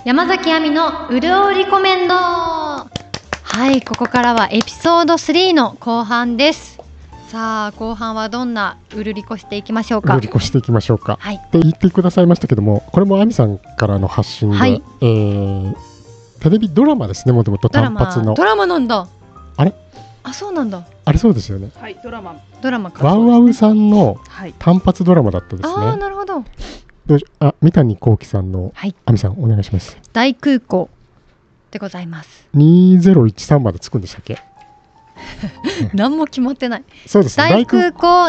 山崎亜美のうるおリコメンド。はい、ここからはエピソード3の後半です。さあ後半はどんなうるりこしていきましょうか。 うるりこしていきましょうか、 はい、 って言ってくださいましたけども、これも亜美さんからの発信で、 はい、 テレビドラマですね。もともと単発のドラマなんだ。 あれ、 あ、そうなんだ。 あれそうですよね。 はい、ドラマか。 ワウワウさんのはい、 単発ドラマだったですね。 ああ、なるほど。 三谷幸喜さんの、 はい、 亜美さんお願いします。 大空港でございます。 2013までつくんでしたっけ？ 何も決まってない。 そうですね。 大空港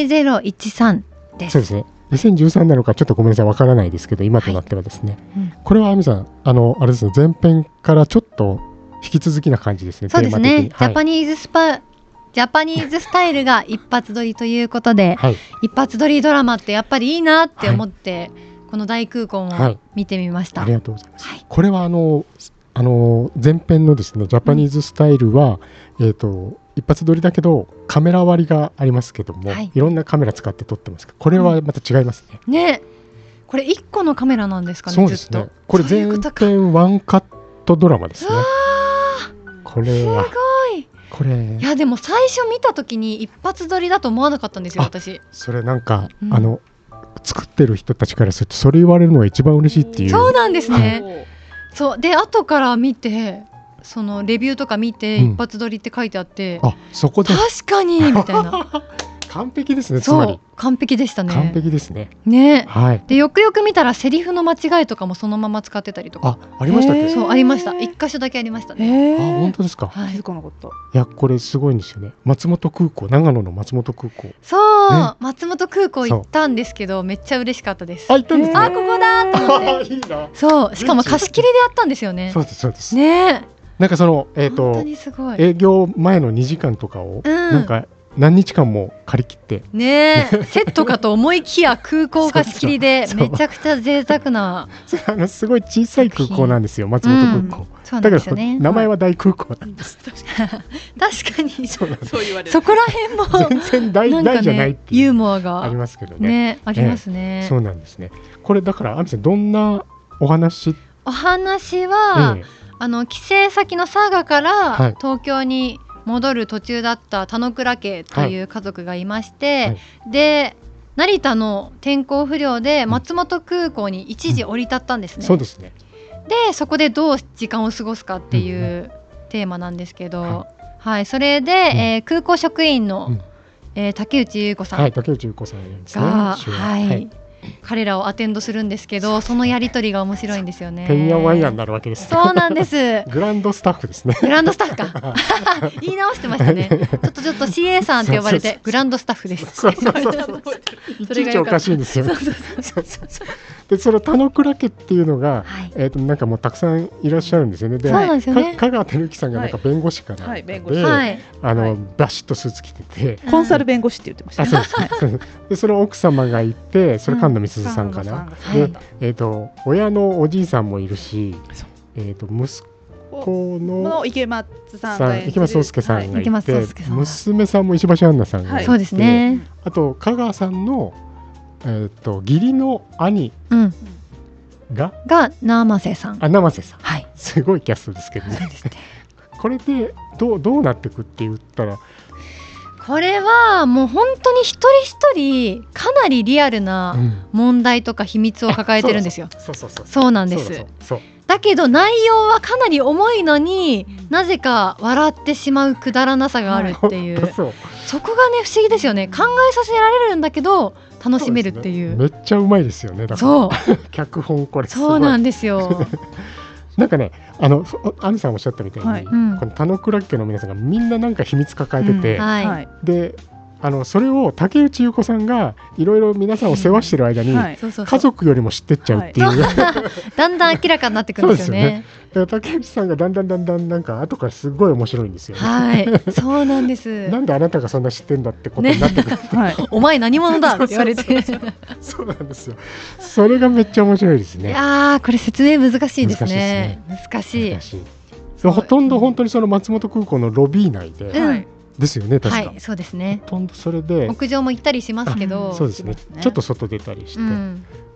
2013です。 そうですね。2013なのかちょっとごめんなさい、わからないですけど、今となってはですね、はい、これは亜美さん、あれですね、前編からちょっと引き続きな感じですね。 そうですね、 はい、 ジャパニーズスタイルが一発撮りということで、はい、一発撮りドラマってやっぱりいいなって思って、はい、この大空港も見てみました、 ありがとうございます、はい、これは前編のですねジャパニーズスタイルは、一発撮りだけどカメラ割りがありますけども、はい、いろんなカメラ使って撮ってますけど、これはまた違いますね、 ね、これ1個のカメラなんですかね。 そうですね、これ前編ワンカットドラマですね。これはすごい。 これいやでも最初見た時に一発撮りだと思わなかったんですよ、私。 それなんか、作ってる人たちからするとそれ言われるのが一番嬉しいっていう。 そうなんですね、はい、そうで後から見てそのレビューとか見て、一発撮りって書いてあって、 あ、そこで確かにみたいな完璧ですね。つまり完璧でしたね。 完璧ですね。 ね、 はい。 でよくよく見たらセリフの間違いとかもそのまま使ってたりとか。 ありましたっけ？ そうありました。一箇所だけありましたね。 あ、本当ですか。 気づかなかった。 いや、これすごいんですよね。松本空港、長野の松本空港。 そう、ね、松本空港行ったんですけど、めっちゃ嬉しかったです。 あ、行ったんですね。 あ、ここだと思って。いいな。そう、しかも貸し切りでやったんですよね。 そうですそうです。 ね。 なんかその本当にすごい。 営業前の2時間とかを、なんか何日間も借り切ってねセットかと思いきや空港貸し切りでめちゃくちゃ贅沢なすごい小さい空港なんですよ、松本空港、 そうなんですよね。 名前は大空港なんです。 確かにそう言われる。 そこら辺も全然大じゃないっていうユーモアがありますけどね。 ありますね。 そうなんですね。これだから亜美さんどんなお話は、帰省先の佐賀から東京に戻る途中だった田之倉家という家族がいまして、で成田の天候不良で松本空港に一時降り立ったんですね。 そうですね。 でそこでどう時間を過ごすかっていうテーマなんですけど、はい、それで、空港職員の、竹内優子さんが、 竹内優子さんですね。 彼らをアテンドするんですけど、そのやり取りが面白いんですよね。 てんやわんやになるわけです。 そうなんです。 グランドスタッフですね。 グランドスタッフか。言い直してましたね。ちょっと CA さんって呼ばれてグランドスタッフです。 いちいちおかしいんですよ。でその田之倉家っていうのが、なんかもうたくさんいらっしゃるんですよね。で、香川照之さんがなんか弁護士かなで、バシッとスーツ着てて、 コンサル弁護士って言ってました。 でその奥様がいて、それ菅野美鈴さんかな。で、親のおじいさんもいるし、息子の池松壮亮さんがいて、娘さんも石橋杏奈さんがいて、 そうですね。 あと香川さんの義理の兄が生瀬さん。 生瀬さん。 はい。 すごいキャストですけどね。これでどうなっていくって言ったら。 これはもう本当に一人一人かなりリアルな問題とか秘密を抱えてるんですよ。そうなんです。だけど内容はかなり重いのに、なぜか笑ってしまうくだらなさがあるっていう、そこがね不思議ですよね。考えさせられるんだけど楽しめるっていう。 めっちゃうまいですよね。だから脚本これそうなんですよ。 なんかね、亜美さんおっしゃったみたいに、この田之倉家の皆さんがみんななんか秘密抱えてて、でそれを竹内優子さんがいろいろ皆さんを世話してる間に、家族よりも知ってっちゃうっていう、 だんだん明らかになってくるんですよね。 だから竹内さんがだんだんなんか後からすごい面白いんですよね。 はい、そうなんです。 なんであなたがそんな知ってんだってことになってくる。 お前何者だって言われて。 そうなんですよ。それがめっちゃ面白いですね。 いやー、これ説明難しいですね。難しい。 ほとんど本当にその松本空港のロビー内で。ですよね、確か。 はい、そうですね。 ほとんどそれで屋上も行ったりしますけど、 そうですね。ちょっと外出たりして、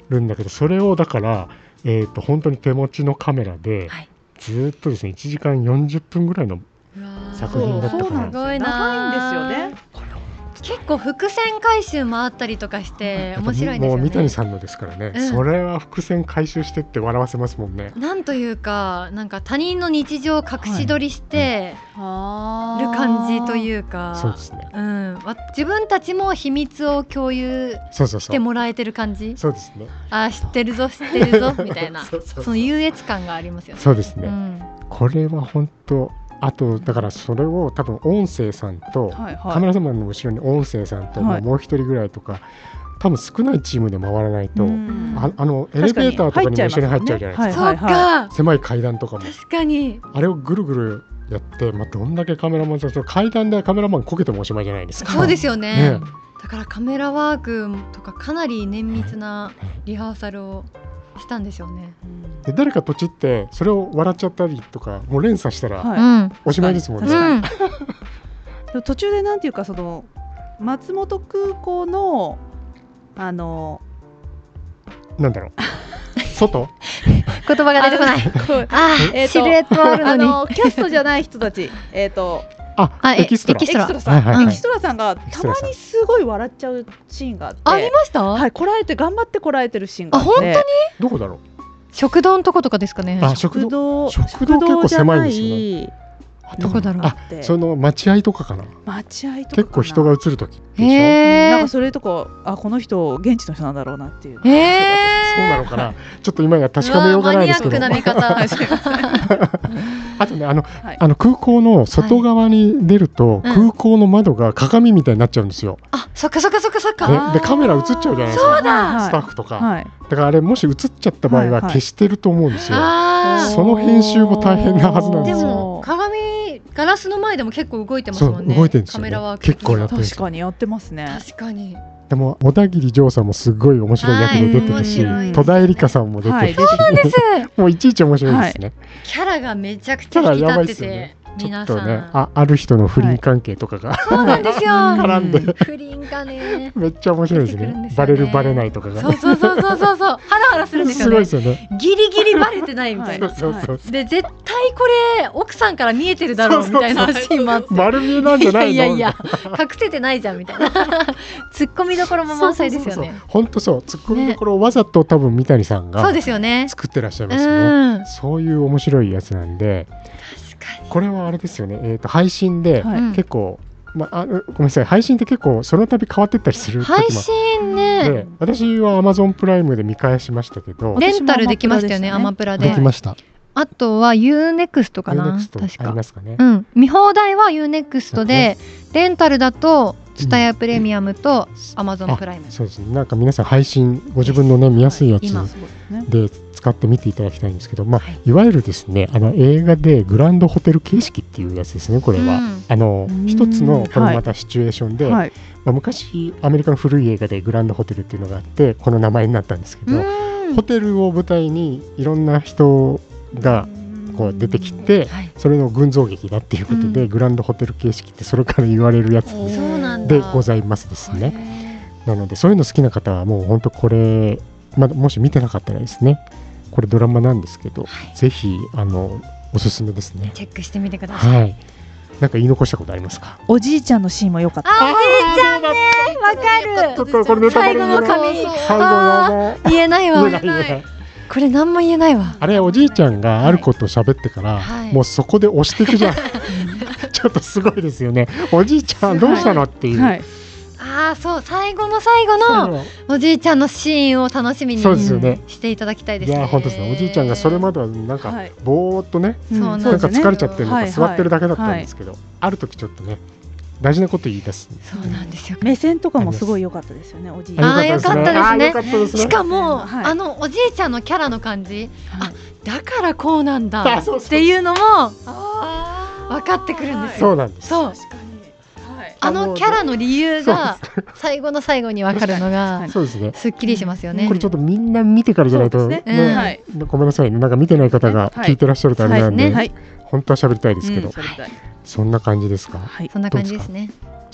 るんだけど、それをだから本当に手持ちのカメラでずっとですね1時間40分ぐらいの作品だったから、 すごいな、 長いんですよね。 結構伏線回収もあったりとかして面白いですよね。 もう三谷さんのですからね、それは伏線回収してって笑わせますもんね。 なんというか、なんか他人の日常を隠し撮りしてる感じというか、 そうですね、 自分たちも秘密を共有してもらえてる感じ。 そうですね、 知ってるぞ知ってるぞみたいなその優越感がありますよね。 そうですね、これは本当、あとだからそれを多分音声さんと、カメラマンの後ろに音声さんと、もう一人ぐらいとか多分少ないチームで回らないと、エレベーターとかにも一緒に入っちゃうじゃないですか。 そうか、 狭い階段とかも確かにあれをぐるぐるやって、どんだけカメラマンさんと階段でカメラマンこけてもおしまいじゃないですか。 そうですよね。だからカメラワークとかかなり綿密なリハーサルをしたんでしょうね。 で誰かポチってそれを笑っちゃったりとかもう連鎖したらおしまいですもんね。 途中でなんていうか、その松本空港のなんだろう外言葉が出てこないシルエットあるのにキャストじゃない人たちエキストラさんがたまにすごい笑っちゃうシーンがあって、 ありました？ はい、頑張ってこらえてるシーンがあって。 本当に？ どこだろう？ 食堂のとことかですかね。 食堂結構狭いんですよね。 どこだろう？ その待合とかかな。 待合とか結構人が映るときでしょ。 なんかそれとかこの人現地の人なんだろうなっていう。 そうなのかな。ちょっと今や確かめようがないですけど。 マニアックな見方。 あとね、空港の外側に出ると、空港の窓が鏡みたいになっちゃうんですよ。 そっか。 でカメラ映っちゃうじゃないですか。スタッフとか。だからあれもし映っちゃった場合は消してると思うんですよ。その編集も大変なはずなんですよ。 でもガラスの前でも結構動いてますもんね。 動いてるんですよね。 カメラワーク結構やってる。 確かにやってますね。 確かに。 でも小田切丈さんもすごい面白い役で出てるし、戸田恵梨香さんも出てるし、 そうなんです。 もういちいち面白いですね。 キャラがめちゃくちゃ引き立ってて、皆さん。ちょっとね、ある人の不倫関係とかがそうなんですよ。 絡んで、 不倫がね、 めっちゃ面白いですね。バレるバレないとかが。 そう。ハラハラするんですよね。 すごいですよね。 ギリギリバレてないみたいな。で絶対これ奥さんから見えてるだろうみたいなシーンもあって。 丸見えなんじゃないの？ いや隠せてないじゃんみたいな。ツッコミどころも満載ですよね。 本当そう、ツッコミどころをわざと多分三谷さんが作ってらっしゃいますよね。そういう面白いやつなんで。これはあれですよね。配信で結構、ごめんなさい、配信って結構その度変わってったりする時も。 配信ね。 私は Amazon プライムで見返しましたけど、 レンタルできましたよね、アマプラで。 できました。 あとは UNEXT かな、確か。 ありますかね。 見放題は UNEXT で、レンタルだとTSUTAYAプレミアムと Amazon プライム。 そうですね。なんか皆さん配信ご自分のね見やすいやつで使って見ていただきたいんですけど、いわゆるですね、映画でグランドホテル形式っていうやつですね。これは一つのこれまたシチュエーションで、昔アメリカの古い映画でグランドホテルっていうのがあってこの名前になったんですけど、ホテルを舞台にいろんな人がこう出てきて、それの群像劇だっていうことで、グランドホテル形式ってそれから言われるやつでございますですね。なのでそういうの好きな方はもう本当これもし見てなかったらですね、これドラマなんですけど、ぜひおすすめですね。 チェックしてみてください。 なんか言い残したことありますか？ おじいちゃんのシーンも良かった。 おじいちゃんね、わかる。最後の髪。言えないわ。これ何も言えないわ。 あれおじいちゃんがあることを喋ってから、もうそこで押していくじゃん。ちょっとすごいですよね。おじいちゃんどうしたのっていう。 そう、最後のおじいちゃんのシーンを楽しみにしていただきたいですね。 いや本当ですね。おじいちゃんがそれまではなんかぼーっとね、なんか疲れちゃってるのか座ってるだけだったんですけど、ある時ちょっとね大事なこと言い出す。 そうなんですよ。 目線とかもすごい良かったですよね。おじいちゃん。 良かったですね。しかもおじいちゃんのキャラの感じ、だからこうなんだっていうのも分かってくるんですよ。 そうなんです。 そう。キャラの理由が最後の最後に分かるのがすっきりしますよね。 これちょっとみんな見てからじゃないとね、ごめんなさいね、なんか見てない方が聞いてらっしゃるとあれなんで、本当は喋りたいですけど、そんな感じですか？ そんな感じですね。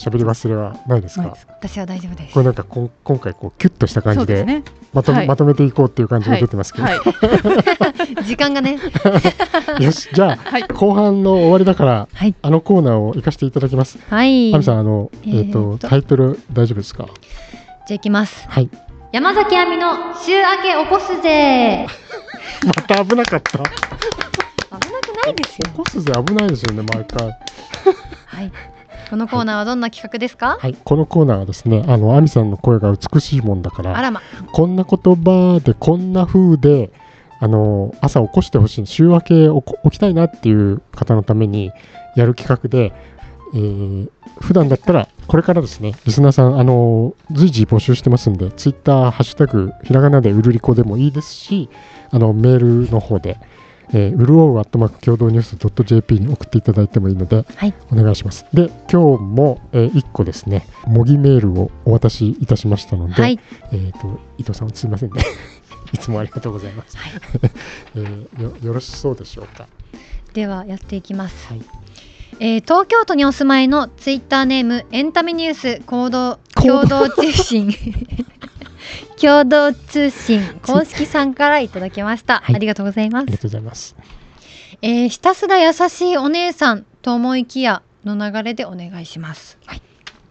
喋り忘れはないですか？ 私は大丈夫です。 これなんか今回こうキュッとした感じで、ね、まとめていこうっていう感じが出てますけど、 時間がねよし、じゃあ、後半の終わりだから、あのコーナーを行かせていただきます。はい。亜美さんタイトル大丈夫ですか？ じゃあいきます。 はい。 山崎亜美の週明け起こすぜまた危なかった。 危なくないですよ。 起こすぜ危ないですよね、毎回。 はい。このコーナーはどんな企画ですか？ はい、このコーナーはですね、亜美さんの声が美しいもんだから、 あらま、 こんな言葉でこんな風で朝起こしてほしい、週明け起きたいなっていう方のためにやる企画で、普段だったらこれからですね、リスナーさん随時募集してますんで、ツイッターハッシュタグひらがなでうるりこでもいいですし、メールの方でうるおう共同ニュース .jp に送っていただいてもいいので、はい、お願いします。で、今日も、1個ですね、模擬メールをお渡しいたしましたので、はい、伊藤さんすいませんねいつもありがとうございます、はいよろしそうでしょうか。 ではやっていきます、はい。東京都にお住まいのツイッターネームエンタメニュース共同通信共同通信公式さんからいただきました、はい、ありがとうございます。 ありがとうございます。 ひたすら優しいお姉さんと思いきやの流れでお願いします、はい。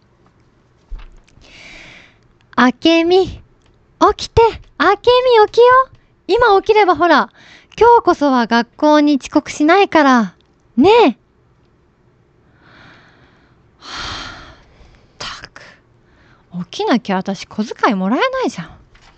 あけみ起きて、あけみ起きよ、今起きればほら今日こそは学校に遅刻しないからねえ。たく起きなきゃ私小遣いもらえないじゃん。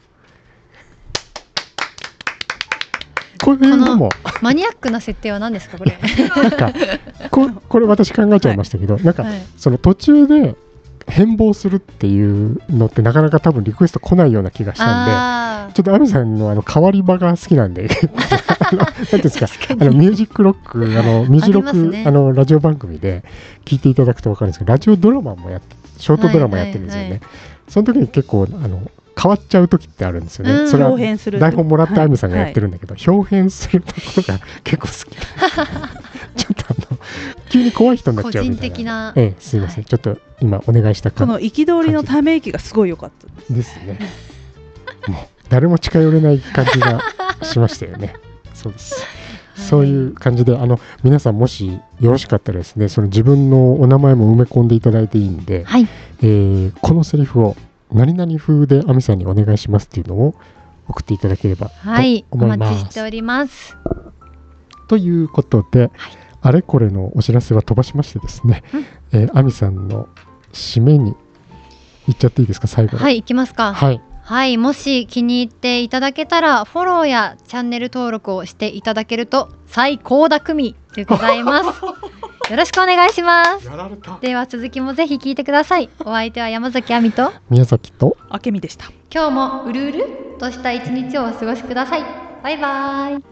このマニアックな設定は何ですかこれなんかこれ私考えちゃいましたけど、はい、なんか、はい、その途中で変貌するっていうのってなかなか多分リクエスト来ないような気がしたんで、ちょっと亜美さんの変わり場が好きなんで何ですか、ミュージックロックミュージロック、ね、ラジオ番組で聞いていただくと分かるんですけど、ラジオドラマもショートドラマやってるんですよね、はいはいはい、その時に結構変わっちゃう時ってあるんですよね。それは台本もらった亜美さんがやってるんだけど、表現するところが結構好きちょっと急に怖い人になっちゃうみたいな。個人的な、すいません、はい、ちょっと今お願いしたこの憤りのため息がすごい良かったですね。もう誰も近寄れない感じがしましたよね。そうです、はい、そういう感じで皆さんもしよろしかったらですね、その自分のお名前も埋め込んでいただいていいんで、はい、このセリフを何々風で亜美さんにお願いしますっていうのを送っていただければと思います。はい、お待ちしております。 ということで、はい、あれこれのお知らせは飛ばしましてですね、亜美さんの締めに行っちゃっていいですか、最後に。 はい、行きますか。はい、はい、もし気に入っていただけたらフォローやチャンネル登録をしていただけると最高だ組でございますよろしくお願いします。では続きもぜひ聞いてください。お相手は山崎亜美と宮崎とあけみでした。 今日もうるうるとした一日をお過ごしください。バイバイ。